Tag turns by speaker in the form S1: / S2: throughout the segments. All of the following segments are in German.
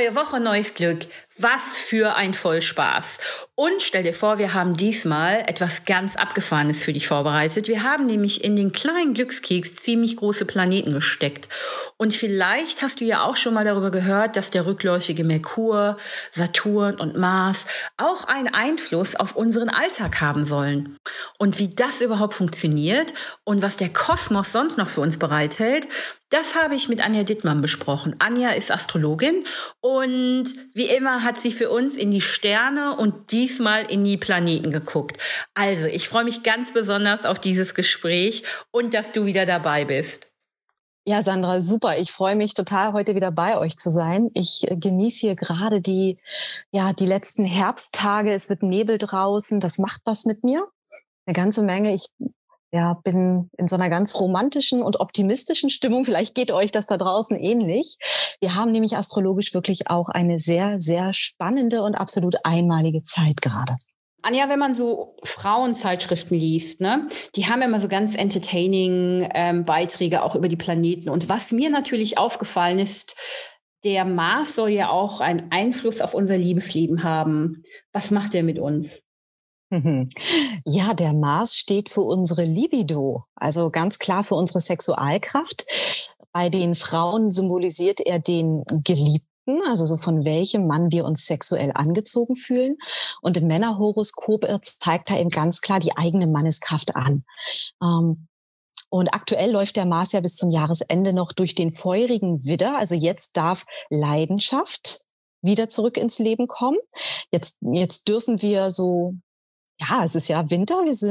S1: neue Woche, neues Glück. Was für ein Vollspaß. Und stell dir vor, wir haben diesmal etwas ganz Abgefahrenes für dich vorbereitet. Wir haben nämlich in den kleinen Glückskeks ziemlich große Planeten gesteckt. Und vielleicht hast du ja auch schon mal darüber gehört, dass der rückläufige Merkur, Saturn und Mars auch einen Einfluss auf unseren Alltag haben sollen. Und wie das überhaupt funktioniert und was der Kosmos sonst noch für uns bereithält, das habe ich mit Anja Dittmann besprochen. Anja ist Astrologin und wie immer hat sie für uns in die Sterne und diesmal in die Planeten geguckt. Also, ich freue mich ganz besonders auf dieses Gespräch und dass du wieder dabei bist.
S2: Ja, Sandra, super. Ich freue mich total, heute wieder bei euch zu sein. Ich genieße hier gerade die letzten Herbsttage. Es wird Nebel draußen. Das macht was mit mir. Eine ganze Menge. Ich bin in so einer ganz romantischen und optimistischen Stimmung. Vielleicht geht euch das da draußen ähnlich. Wir haben nämlich astrologisch wirklich auch eine sehr, sehr spannende und absolut einmalige Zeit gerade.
S1: Anja, wenn man so Frauenzeitschriften liest, ne, die haben immer so ganz entertaining Beiträge auch über die Planeten. Und was mir natürlich aufgefallen ist, der Mars soll ja auch einen Einfluss auf unser Liebesleben haben. Was macht der mit uns?
S2: Ja, der Mars steht für unsere Libido, also ganz klar für unsere Sexualkraft. Bei den Frauen symbolisiert er den Geliebten, also so von welchem Mann wir uns sexuell angezogen fühlen. Und im Männerhoroskop zeigt er eben ganz klar die eigene Manneskraft an. Und aktuell läuft der Mars ja bis zum Jahresende noch durch den feurigen Widder. Also jetzt darf Leidenschaft wieder zurück ins Leben kommen. Jetzt dürfen wir so... Ja, es ist ja Winter, es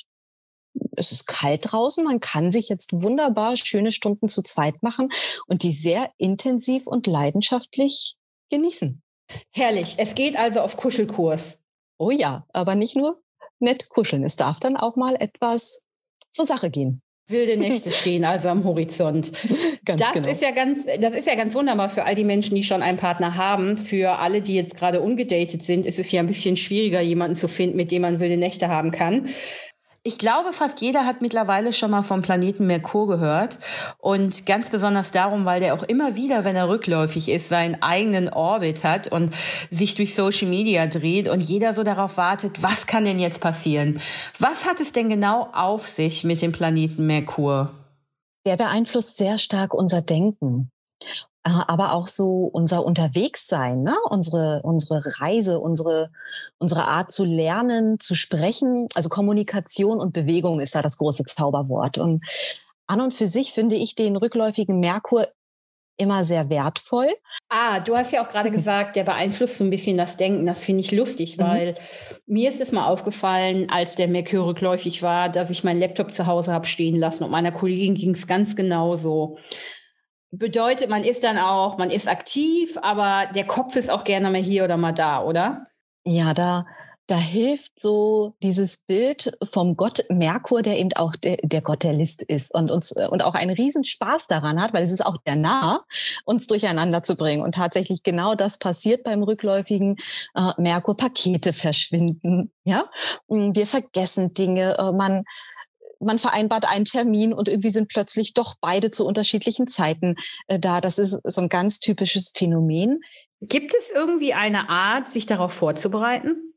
S2: ist kalt draußen, man kann sich jetzt wunderbar schöne Stunden zu zweit machen und die sehr intensiv und leidenschaftlich genießen.
S1: Herrlich, es geht also auf Kuschelkurs.
S2: Oh ja, aber nicht nur nett kuscheln, es darf dann auch mal etwas zur Sache gehen.
S1: Wilde Nächte stehen also am Horizont. Das ist ja ganz wunderbar für all die Menschen, die schon einen Partner haben. Für alle, die jetzt gerade ungedatet sind, ist es ja ein bisschen schwieriger, jemanden zu finden, mit dem man wilde Nächte haben kann. Ich glaube, fast jeder hat mittlerweile schon mal vom Planeten Merkur gehört. Und ganz besonders darum, weil der auch immer wieder, wenn er rückläufig ist, seinen eigenen Orbit hat und sich durch Social Media dreht und jeder so darauf wartet, was kann denn jetzt passieren? Was hat es denn genau auf sich mit dem Planeten Merkur?
S2: Der beeinflusst sehr stark unser Denken. Aber auch so unser Unterwegssein, ne? Unsere Reise, unsere Art zu lernen, zu sprechen. Also Kommunikation und Bewegung ist da das große Zauberwort. Und an und für sich finde ich den rückläufigen Merkur immer sehr wertvoll.
S1: Du hast ja auch gerade gesagt, der beeinflusst so ein bisschen das Denken. Das finde ich lustig, weil mir ist es mal aufgefallen, als der Merkur rückläufig war, dass ich meinen Laptop zu Hause habe stehen lassen und meiner Kollegin ging es ganz genauso. Bedeutet, man ist aktiv, aber der Kopf ist auch gerne mal hier oder mal da, oder?
S2: Ja, da hilft so dieses Bild vom Gott Merkur, der eben auch der Gott der List ist und auch einen Riesenspaß daran hat, weil es ist auch der Narr, uns durcheinander zu bringen. Und tatsächlich genau das passiert beim rückläufigen Merkur. Pakete verschwinden, ja. Wir vergessen Dinge, man vereinbart einen Termin und irgendwie sind plötzlich doch beide zu unterschiedlichen Zeiten da. Das ist so ein ganz typisches Phänomen.
S1: Gibt es irgendwie eine Art, sich darauf vorzubereiten?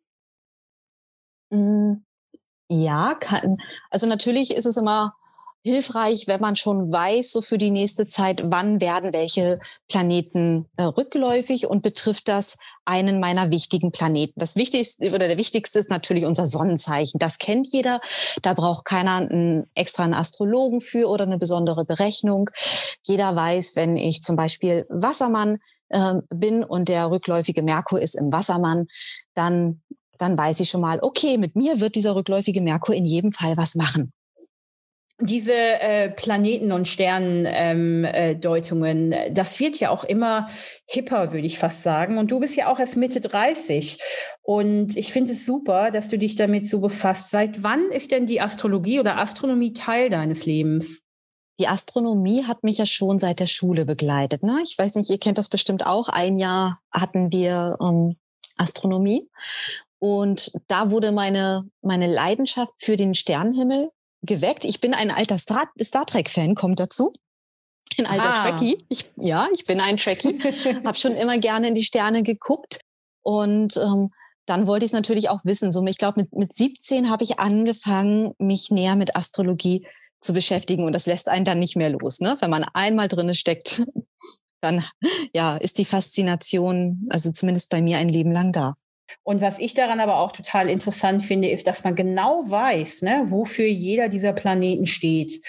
S2: Ja, also natürlich ist es immer hilfreich, wenn man schon weiß, so für die nächste Zeit, wann werden welche Planeten rückläufig und betrifft das einen meiner wichtigen Planeten. Das Wichtigste oder der wichtigste ist natürlich unser Sonnenzeichen. Das kennt jeder. Da braucht keiner einen Astrologen für oder eine besondere Berechnung. Jeder weiß, wenn ich zum Beispiel Wassermann bin und der rückläufige Merkur ist im Wassermann, dann weiß ich schon mal, okay, mit mir wird dieser rückläufige Merkur in jedem Fall was machen.
S1: Diese Planeten- und Sternendeutungen, das wird ja auch immer hipper, würde ich fast sagen. Und du bist ja auch erst Mitte 30. Und ich finde es super, dass du dich damit so befasst. Seit wann ist denn die Astrologie oder Astronomie Teil deines Lebens?
S2: Die Astronomie hat mich ja schon seit der Schule begleitet. Ne? Ich weiß nicht, ihr kennt das bestimmt auch. Ein Jahr hatten wir Astronomie. Und da wurde meine Leidenschaft für den Sternenhimmel geweckt. Ich bin ein alter Star Trek-Fan, kommt dazu. ein alter Trekkie. Ich bin ein Trekkie. Habe schon immer gerne in die Sterne geguckt. Und dann wollte ich es natürlich auch wissen. So, ich glaube, mit 17 habe ich angefangen, mich näher mit Astrologie zu beschäftigen. Und das lässt einen dann nicht mehr los. Ne? Wenn man einmal drinne steckt, dann ist die Faszination, also zumindest bei mir, ein Leben lang da.
S1: Und was ich daran aber auch total interessant finde, ist, dass man genau weiß, ne, wofür jeder dieser Planeten steht.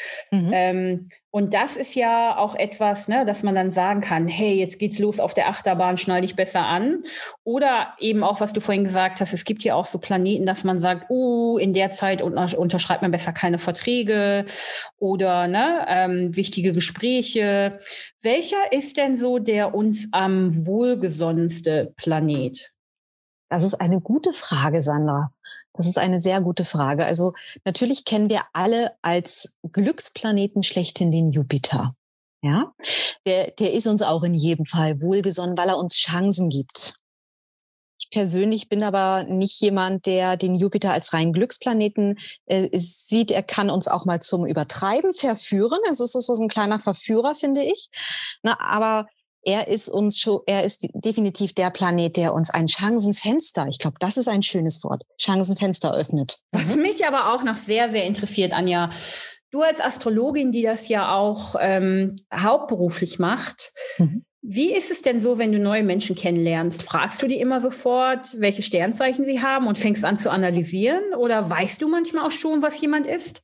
S1: Und das ist ja auch etwas, ne, dass man dann sagen kann, hey, jetzt geht's los auf der Achterbahn, schnall dich besser an. Oder eben auch, was du vorhin gesagt hast, es gibt ja auch so Planeten, dass man sagt, in der Zeit unterschreibt man besser keine Verträge oder wichtige Gespräche. Welcher ist denn so der uns am wohlgesonnenste Planet?
S2: Das ist eine gute Frage, Sandra. Das ist eine sehr gute Frage. Also natürlich kennen wir alle als Glücksplaneten schlechthin den Jupiter. Ja, der ist uns auch in jedem Fall wohlgesonnen, weil er uns Chancen gibt. Ich persönlich bin aber nicht jemand, der den Jupiter als reinen Glücksplaneten sieht. Er kann uns auch mal zum Übertreiben verführen. Es ist so ein kleiner Verführer, finde ich. Aber er ist definitiv der Planet, der uns ein Chancenfenster, ich glaube, das ist ein schönes Wort, Chancenfenster öffnet.
S1: Was mich aber auch noch sehr, sehr interessiert, Anja, du als Astrologin, die das ja auch hauptberuflich macht, wie ist es denn so, wenn du neue Menschen kennenlernst? Fragst du die immer sofort, welche Sternzeichen sie haben und fängst an zu analysieren? Oder weißt du manchmal auch schon, was jemand ist?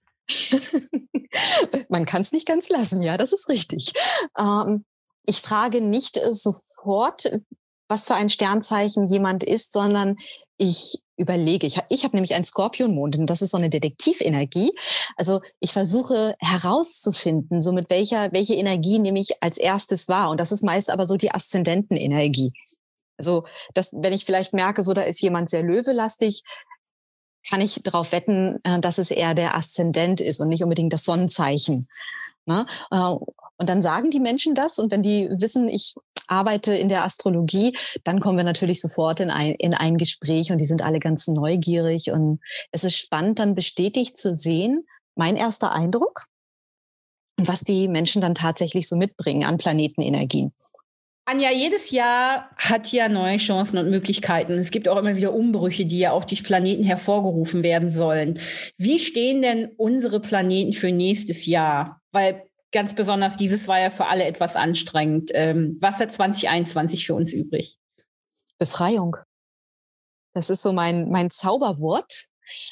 S2: Man kann es nicht ganz lassen, ja, das ist richtig. Ich frage nicht sofort, was für ein Sternzeichen jemand ist, sondern ich überlege. Ich habe nämlich einen Skorpionmond und das ist so eine Detektivenergie. Also ich versuche herauszufinden, so mit welche Energie nehme ich als erstes wahr. Und das ist meist aber so die Aszendentenenergie. Also wenn ich vielleicht merke, so da ist jemand sehr löwelastig, kann ich darauf wetten, dass es eher der Aszendent ist und nicht unbedingt das Sonnenzeichen. Ne? Und dann sagen die Menschen das und wenn die wissen, ich arbeite in der Astrologie, dann kommen wir natürlich sofort in ein Gespräch und die sind alle ganz neugierig und es ist spannend, dann bestätigt zu sehen, mein erster Eindruck und was die Menschen dann tatsächlich so mitbringen an Planetenenergien.
S1: Anja, jedes Jahr hat ja neue Chancen und Möglichkeiten. Es gibt auch immer wieder Umbrüche, die ja auch durch Planeten hervorgerufen werden sollen. Wie stehen denn unsere Planeten für nächstes Jahr? Weil ganz besonders dieses war ja für alle etwas anstrengend. Was hat 2021 für uns übrig?
S2: Befreiung. Das ist so mein Zauberwort.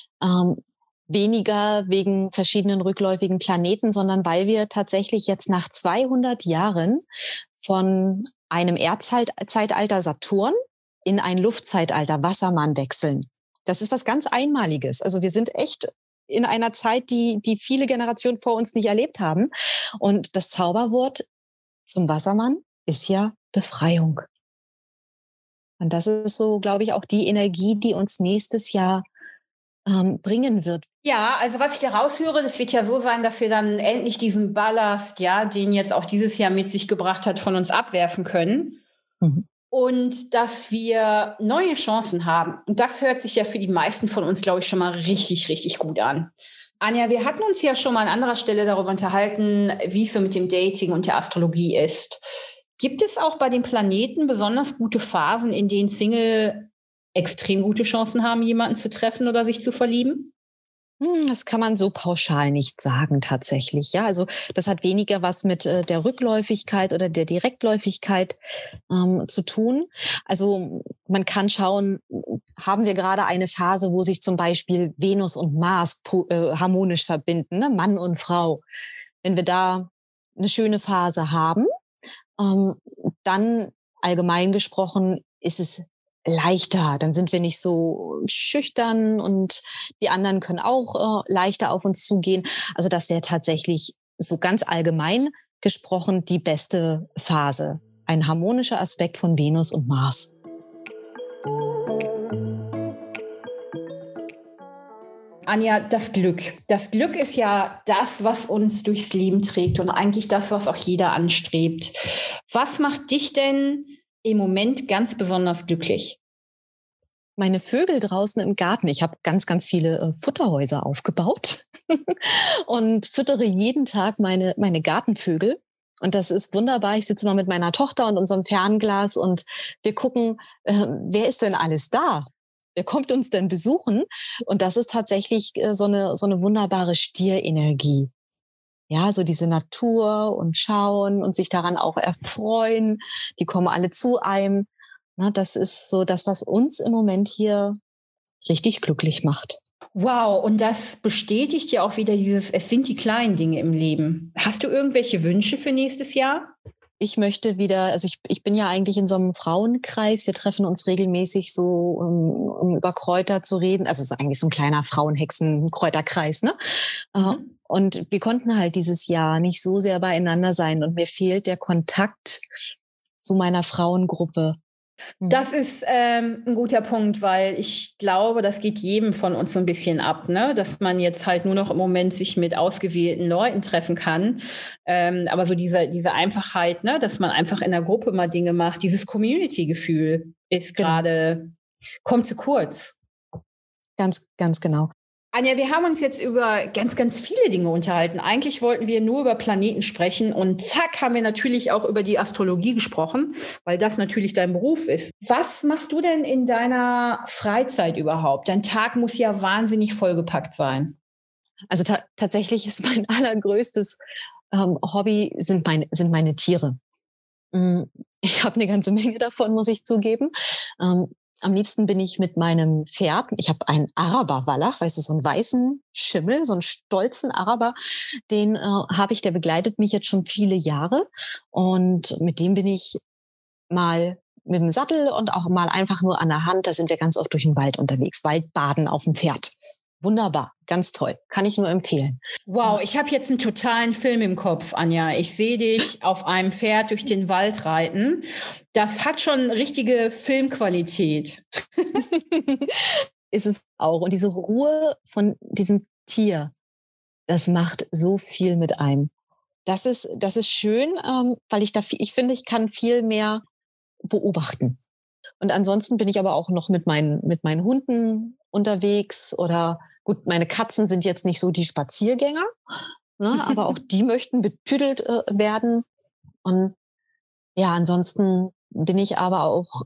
S2: Weniger wegen verschiedenen rückläufigen Planeten, sondern weil wir tatsächlich jetzt nach 200 Jahren von einem Erdzeitalter Saturn in ein Luftzeitalter Wassermann wechseln. Das ist was ganz Einmaliges. Also wir sind echt in einer Zeit, die viele Generationen vor uns nicht erlebt haben. Und das Zauberwort zum Wassermann ist ja Befreiung. Und das ist so, glaube ich, auch die Energie, die uns nächstes Jahr bringen wird.
S1: Ja, also was ich da raushöre, das wird ja so sein, dass wir dann endlich diesen Ballast, ja, den jetzt auch dieses Jahr mit sich gebracht hat, von uns abwerfen können. Und dass wir neue Chancen haben. Und das hört sich ja für die meisten von uns, glaube ich, schon mal richtig, richtig gut an. Anja, wir hatten uns ja schon mal an anderer Stelle darüber unterhalten, wie es so mit dem Dating und der Astrologie ist. Gibt es auch bei den Planeten besonders gute Phasen, in denen Single extrem gute Chancen haben, jemanden zu treffen oder sich zu verlieben?
S2: Das kann man so pauschal nicht sagen tatsächlich. Ja, also das hat weniger was mit der Rückläufigkeit oder der Direktläufigkeit zu tun. Also man kann schauen, haben wir gerade eine Phase, wo sich zum Beispiel Venus und Mars harmonisch verbinden, ne? Mann und Frau. Wenn wir da eine schöne Phase haben, dann allgemein gesprochen ist es leichter, dann sind wir nicht so schüchtern und die anderen können auch leichter auf uns zugehen. Also das wäre tatsächlich so ganz allgemein gesprochen die beste Phase. Ein harmonischer Aspekt von Venus und Mars.
S1: Anja, das Glück. Das Glück ist ja das, was uns durchs Leben trägt und eigentlich das, was auch jeder anstrebt. Was macht dich denn im Moment ganz besonders glücklich?
S2: Meine Vögel draußen im Garten. Ich habe ganz, ganz viele Futterhäuser aufgebaut und füttere jeden Tag meine Gartenvögel. Und das ist wunderbar. Ich sitze mal mit meiner Tochter und unserem Fernglas und wir gucken, wer ist denn alles da? Wer kommt uns denn besuchen? Und das ist tatsächlich so eine wunderbare Stierenergie. Ja, so diese Natur und schauen und sich daran auch erfreuen. Die kommen alle zu einem. Na, das ist so das, was uns im Moment hier richtig glücklich macht.
S1: Wow, und das bestätigt ja auch wieder es sind die kleinen Dinge im Leben. Hast du irgendwelche Wünsche für nächstes Jahr?
S2: Ich möchte wieder, also ich bin ja eigentlich in so einem Frauenkreis. Wir treffen uns regelmäßig so, um über Kräuter zu reden. Also es ist eigentlich so ein kleiner Frauenhexen-Kräuterkreis, ne? Und wir konnten halt dieses Jahr nicht so sehr beieinander sein und mir fehlt der Kontakt zu meiner Frauengruppe.
S1: Das ist ein guter Punkt, weil ich glaube, das geht jedem von uns so ein bisschen ab, ne? Dass man jetzt halt nur noch im Moment sich mit ausgewählten Leuten treffen kann. Aber so diese Einfachheit, ne? Dass man einfach in der Gruppe mal Dinge macht, dieses Community-Gefühl ist gerade, kommt zu kurz.
S2: Ganz, ganz genau.
S1: Anja, wir haben uns jetzt über ganz, ganz viele Dinge unterhalten. Eigentlich wollten wir nur über Planeten sprechen und zack, haben wir natürlich auch über die Astrologie gesprochen, weil das natürlich dein Beruf ist. Was machst du denn in deiner Freizeit überhaupt? Dein Tag muss ja wahnsinnig vollgepackt sein.
S2: Also tatsächlich ist mein allergrößtes Hobby sind meine Tiere. Ich habe eine ganze Menge davon, muss ich zugeben. Am liebsten bin ich mit meinem Pferd. Ich habe einen Araber-Wallach, weißt du, so einen weißen Schimmel, so einen stolzen Araber. Den habe ich, der begleitet mich jetzt schon viele Jahre. Und mit dem bin ich mal mit dem Sattel und auch mal einfach nur an der Hand. Da sind wir ganz oft durch den Wald unterwegs. Waldbaden auf dem Pferd. Wunderbar, ganz toll. Kann ich nur empfehlen.
S1: Wow, ich habe jetzt einen totalen Film im Kopf, Anja. Ich sehe dich auf einem Pferd durch den Wald reiten. Das hat schon richtige Filmqualität.
S2: Ist es auch. Und diese Ruhe von diesem Tier, das macht so viel mit einem. Das ist schön, weil ich finde, ich kann viel mehr beobachten. Und ansonsten bin ich aber auch noch mit meinen Hunden unterwegs oder gut, meine Katzen sind jetzt nicht so die Spaziergänger, ne, aber auch die möchten betüdelt werden. Und ja, ansonsten bin ich aber auch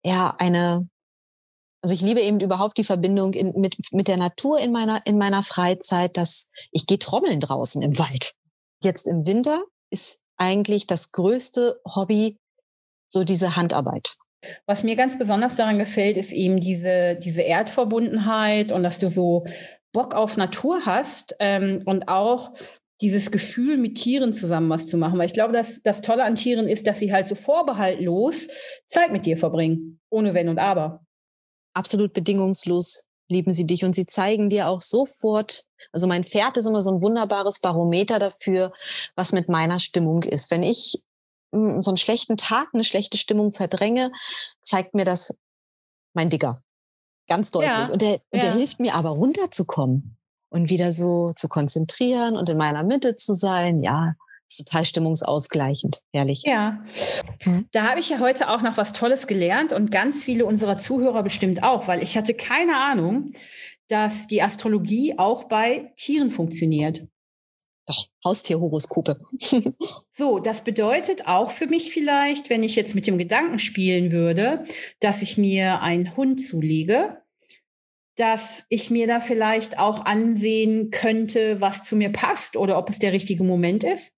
S2: also ich liebe eben überhaupt die Verbindung mit der Natur in meiner Freizeit, dass ich gehe trommeln draußen im Wald. Jetzt im Winter ist eigentlich das größte Hobby so diese Handarbeit.
S1: Was mir ganz besonders daran gefällt, ist eben diese Erdverbundenheit und dass du so Bock auf Natur hast und auch dieses Gefühl, mit Tieren zusammen was zu machen. Weil ich glaube, dass das Tolle an Tieren ist, dass sie halt so vorbehaltlos Zeit mit dir verbringen, ohne Wenn und Aber.
S2: Absolut bedingungslos lieben sie dich und sie zeigen dir auch sofort, also mein Pferd ist immer so ein wunderbares Barometer dafür, was mit meiner Stimmung ist. Wenn ich so einen schlechten Tag, eine schlechte Stimmung verdränge, zeigt mir das mein Digger. Ganz deutlich.
S1: Ja,
S2: und der hilft mir aber runterzukommen und wieder so zu konzentrieren und in meiner Mitte zu sein. Ja, ist total stimmungsausgleichend. Herrlich.
S1: Ja. Da habe ich ja heute auch noch was Tolles gelernt und ganz viele unserer Zuhörer bestimmt auch, weil ich hatte keine Ahnung, dass die Astrologie auch bei Tieren funktioniert.
S2: Doch, Haustierhoroskope.
S1: So, das bedeutet auch für mich vielleicht, wenn ich jetzt mit dem Gedanken spielen würde, dass ich mir einen Hund zulege, dass ich mir da vielleicht auch ansehen könnte, was zu mir passt oder ob es der richtige Moment ist.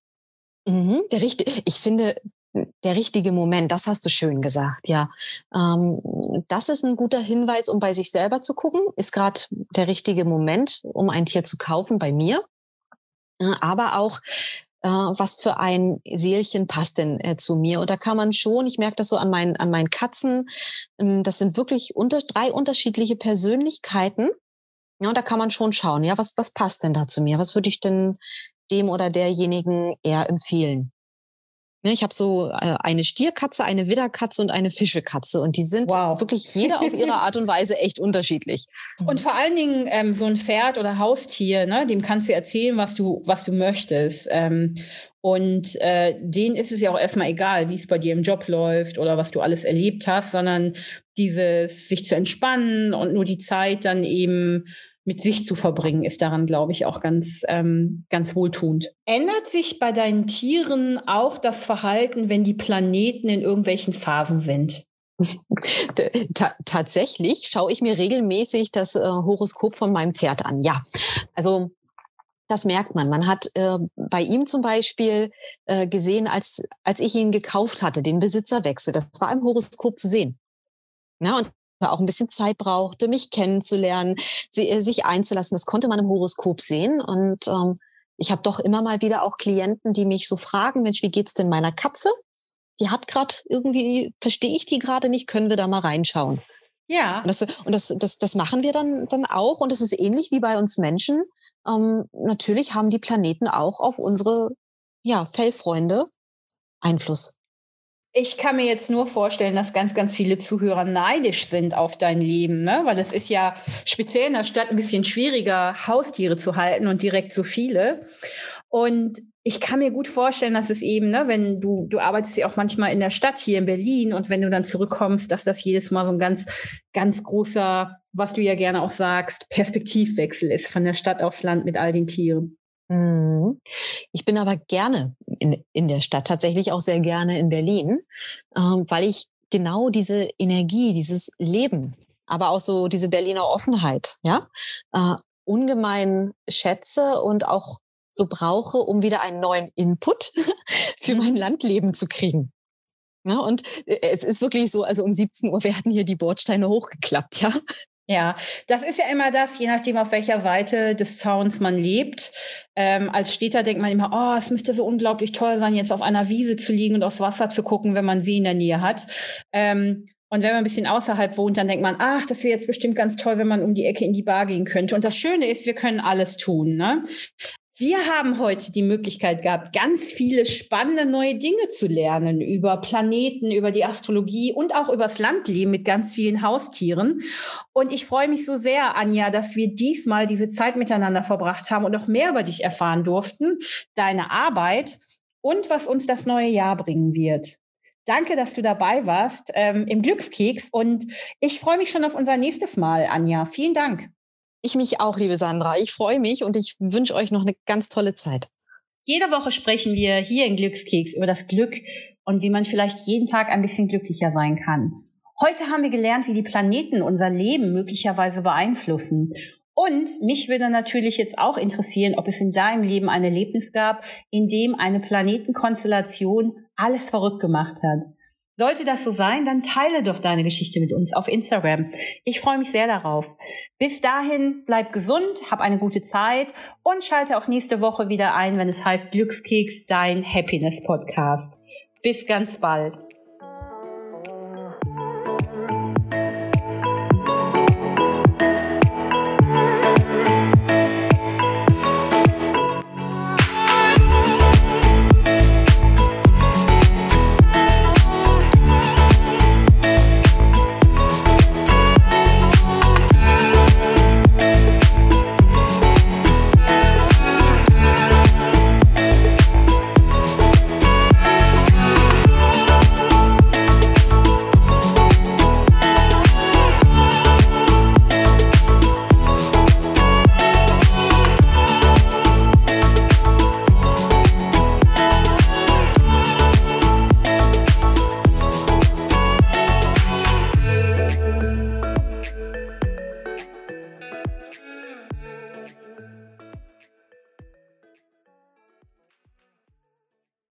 S2: Ich finde, der richtige Moment, das hast du schön gesagt, ja. Das ist ein guter Hinweis, um bei sich selber zu gucken. Ist gerade der richtige Moment, um ein Tier zu kaufen bei mir. Aber auch, was für ein Seelchen passt denn zu mir? Und da kann man schon, ich merke das so an meinen Katzen, das sind wirklich 3 unterschiedliche Persönlichkeiten. Ja, und da kann man schon schauen, ja, was passt denn da zu mir? Was würde ich denn dem oder derjenigen eher empfehlen? Ja, ich habe so eine Stierkatze, eine Widderkatze und eine Fischekatze. Und die sind wirklich jede auf ihre Art und Weise echt unterschiedlich.
S1: Und vor allen Dingen so ein Pferd oder Haustier, ne, dem kannst du erzählen, was du möchtest. Und denen ist es ja auch erstmal egal, wie es bei dir im Job läuft oder was du alles erlebt hast, sondern dieses sich zu entspannen und nur die Zeit dann eben mit sich zu verbringen, ist daran, glaube ich, auch ganz wohltuend. Ändert sich bei deinen Tieren auch das Verhalten, wenn die Planeten in irgendwelchen Phasen sind?
S2: Tatsächlich schaue ich mir regelmäßig das Horoskop von meinem Pferd an. Ja, also das merkt man. Man hat bei ihm zum Beispiel gesehen, als ich ihn gekauft hatte, den Besitzerwechsel. Das war im Horoskop zu sehen. Ja, und er auch ein bisschen Zeit brauchte, mich kennenzulernen, sich einzulassen. Das konnte man im Horoskop sehen. Und ich habe doch immer mal wieder auch Klienten, die mich so fragen, Mensch, wie geht's denn meiner Katze? Die hat gerade irgendwie, verstehe ich die gerade nicht, können wir da mal reinschauen?
S1: Ja.
S2: Und das machen wir dann auch. Und es ist ähnlich wie bei uns Menschen. Natürlich haben die Planeten auch auf unsere Fellfreunde Einfluss.
S1: Ich kann mir jetzt nur vorstellen, dass ganz, ganz viele Zuhörer neidisch sind auf dein Leben, ne? Weil es ist ja speziell in der Stadt ein bisschen schwieriger, Haustiere zu halten und direkt so viele. Und ich kann mir gut vorstellen, dass es eben, ne, wenn du arbeitest ja auch manchmal in der Stadt hier in Berlin und wenn du dann zurückkommst, dass das jedes Mal so ein ganz, ganz großer, was du ja gerne auch sagst, Perspektivwechsel ist von der Stadt aufs Land mit all den Tieren.
S2: Ich bin aber gerne in der Stadt, tatsächlich auch sehr gerne in Berlin, weil ich genau diese Energie, dieses Leben, aber auch so diese Berliner Offenheit, ungemein schätze und auch so brauche, um wieder einen neuen Input für mein Landleben zu kriegen. Ja, und es ist wirklich so, also um 17 Uhr werden hier die Bordsteine hochgeklappt, ja.
S1: Ja, das ist ja immer das, je nachdem, auf welcher Seite des Zauns man lebt. Als Städter denkt man immer, oh, es müsste so unglaublich toll sein, jetzt auf einer Wiese zu liegen und aufs Wasser zu gucken, wenn man See in der Nähe hat. Und wenn man ein bisschen außerhalb wohnt, dann denkt man, ach, das wäre jetzt bestimmt ganz toll, wenn man um die Ecke in die Bar gehen könnte. Und das Schöne ist, wir können alles tun, ne? Wir haben heute die Möglichkeit gehabt, ganz viele spannende neue Dinge zu lernen über Planeten, über die Astrologie und auch über das Landleben mit ganz vielen Haustieren. Und ich freue mich so sehr, Anja, dass wir diesmal diese Zeit miteinander verbracht haben und noch mehr über dich erfahren durften, deine Arbeit und was uns das neue Jahr bringen wird. Danke, dass du dabei warst im Glückskeks und ich freue mich schon auf unser nächstes Mal, Anja. Vielen Dank.
S2: Ich mich auch, liebe Sandra. Ich freue mich und ich wünsche euch noch eine ganz tolle Zeit.
S1: Jede Woche sprechen wir hier in Glückskeks über das Glück und wie man vielleicht jeden Tag ein bisschen glücklicher sein kann. Heute haben wir gelernt, wie die Planeten unser Leben möglicherweise beeinflussen. Und mich würde natürlich jetzt auch interessieren, ob es in deinem Leben ein Erlebnis gab, in dem eine Planetenkonstellation alles verrückt gemacht hat. Sollte das so sein, dann teile doch deine Geschichte mit uns auf Instagram. Ich freue mich sehr darauf. Bis dahin, bleib gesund, hab eine gute Zeit und schalte auch nächste Woche wieder ein, wenn es heißt Glückskeks, dein Happiness Podcast. Bis ganz bald.